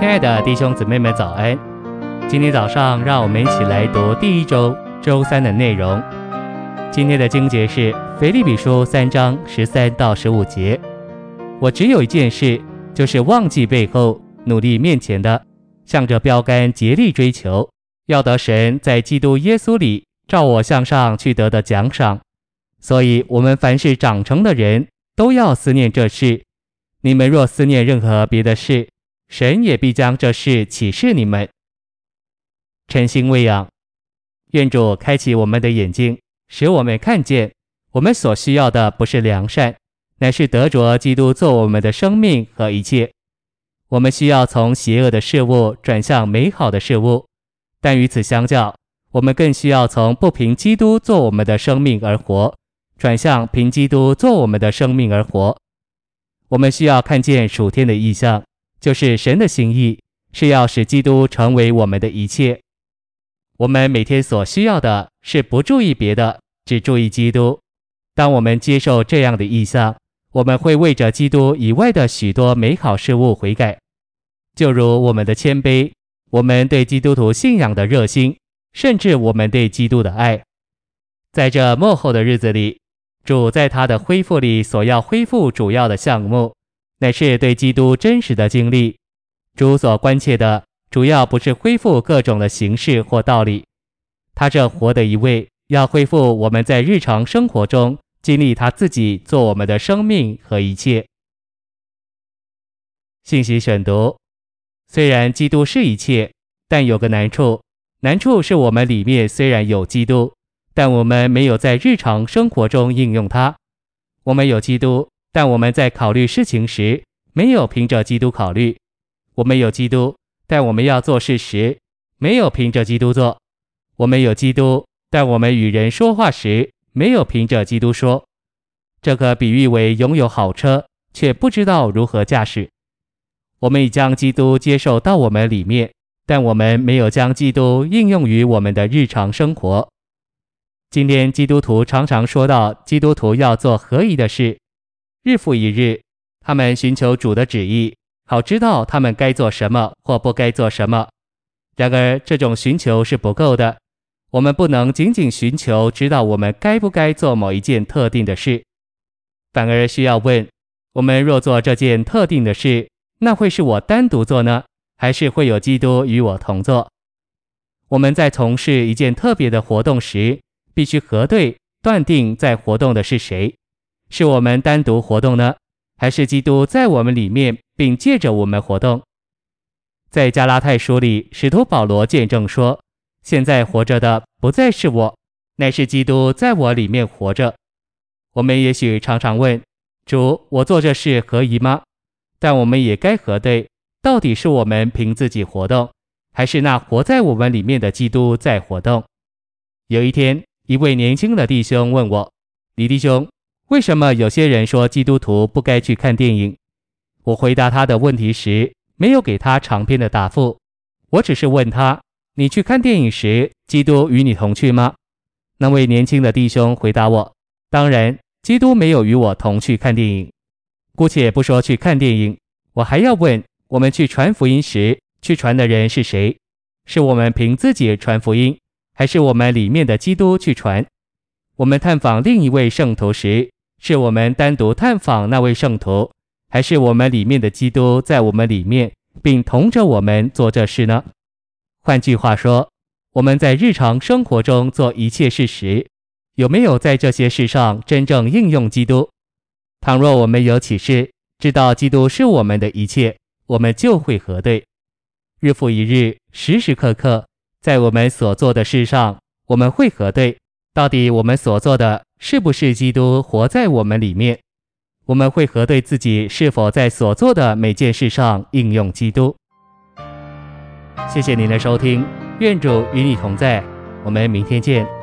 亲爱的弟兄姊妹们早安，今天早上让我们一起来读第一周周三的内容。今天的经节是腓立比书3章13到15节。我只有一件事，就是忘记背后，努力面前的，向着标杆竭力追求，要得神在基督耶稣里照我向上去得的奖赏。所以我们凡是长成的人都要思念这事。你们若思念任何别的事，神也必将这事启示你们。诚心喂养，愿主开启我们的眼睛，使我们看见我们所需要的不是良善，乃是得着基督做我们的生命和一切。我们需要从邪恶的事物转向美好的事物，但与此相较，我们更需要从不凭基督做我们的生命而活，转向凭基督做我们的生命而活。我们需要看见属天的意象，就是神的心意是要使基督成为我们的一切。我们每天所需要的是不注意别的，只注意基督。当我们接受这样的意象，我们会为着基督以外的许多美好事物悔改，就如我们的谦卑，我们对基督徒信仰的热心，甚至我们对基督的爱。在这末后的日子里，主在他的恢复里所要恢复主要的项目，乃是对基督真实的经历。主所关切的主要不是恢复各种的形式或道理，他这活的一位要恢复我们在日常生活中经历他自己做我们的生命和一切。信息选读，虽然基督是一切，但有个难处，难处是我们里面虽然有基督，但我们没有在日常生活中应用它。我们有基督，但我们在考虑事情时没有凭着基督考虑。我们有基督，但我们要做事时没有凭着基督做。我们有基督，但我们与人说话时没有凭着基督说。这可比喻为拥有好车，却不知道如何驾驶。我们已将基督接受到我们里面，但我们没有将基督应用于我们的日常生活。今天基督徒常常说到基督徒要做合宜的事，日复一日，他们寻求主的旨意，好知道他们该做什么或不该做什么。然而这种寻求是不够的，我们不能仅仅寻求知道我们该不该做某一件特定的事，反而需要问，我们若做这件特定的事，那会是我单独做呢，还是会有基督与我同做？我们在从事一件特别的活动时，必须核对断定在活动的是谁，是我们单独活动呢，还是基督在我们里面并借着我们活动？在加拉太书里，使徒保罗见证说，现在活着的不再是我，乃是基督在我里面活着。我们也许常常问，主，我做这事合宜吗？但我们也该核对，到底是我们凭自己活动，还是那活在我们里面的基督在活动？有一天，一位年轻的弟兄问我，李弟兄，为什么有些人说基督徒不该去看电影？我回答他的问题时，没有给他长篇的答复，我只是问他，你去看电影时，基督与你同去吗？那位年轻的弟兄回答我，当然，基督没有与我同去看电影。姑且不说去看电影，我还要问，我们去传福音时，去传的人是谁？是我们凭自己传福音，还是我们里面的基督去传？我们探访另一位圣徒时，是我们单独探访那位圣徒，还是我们里面的基督在我们里面，并同着我们做这事呢？换句话说，我们在日常生活中做一切事时，有没有在这些事上真正应用基督？倘若我们有启示，知道基督是我们的一切，我们就会核对。日复一日，时时刻刻，在我们所做的事上，我们会核对，到底我们所做的是不是基督活在我们里面？我们会核对自己是否在所做的每件事上应用基督。谢谢您的收听，愿主与你同在，我们明天见。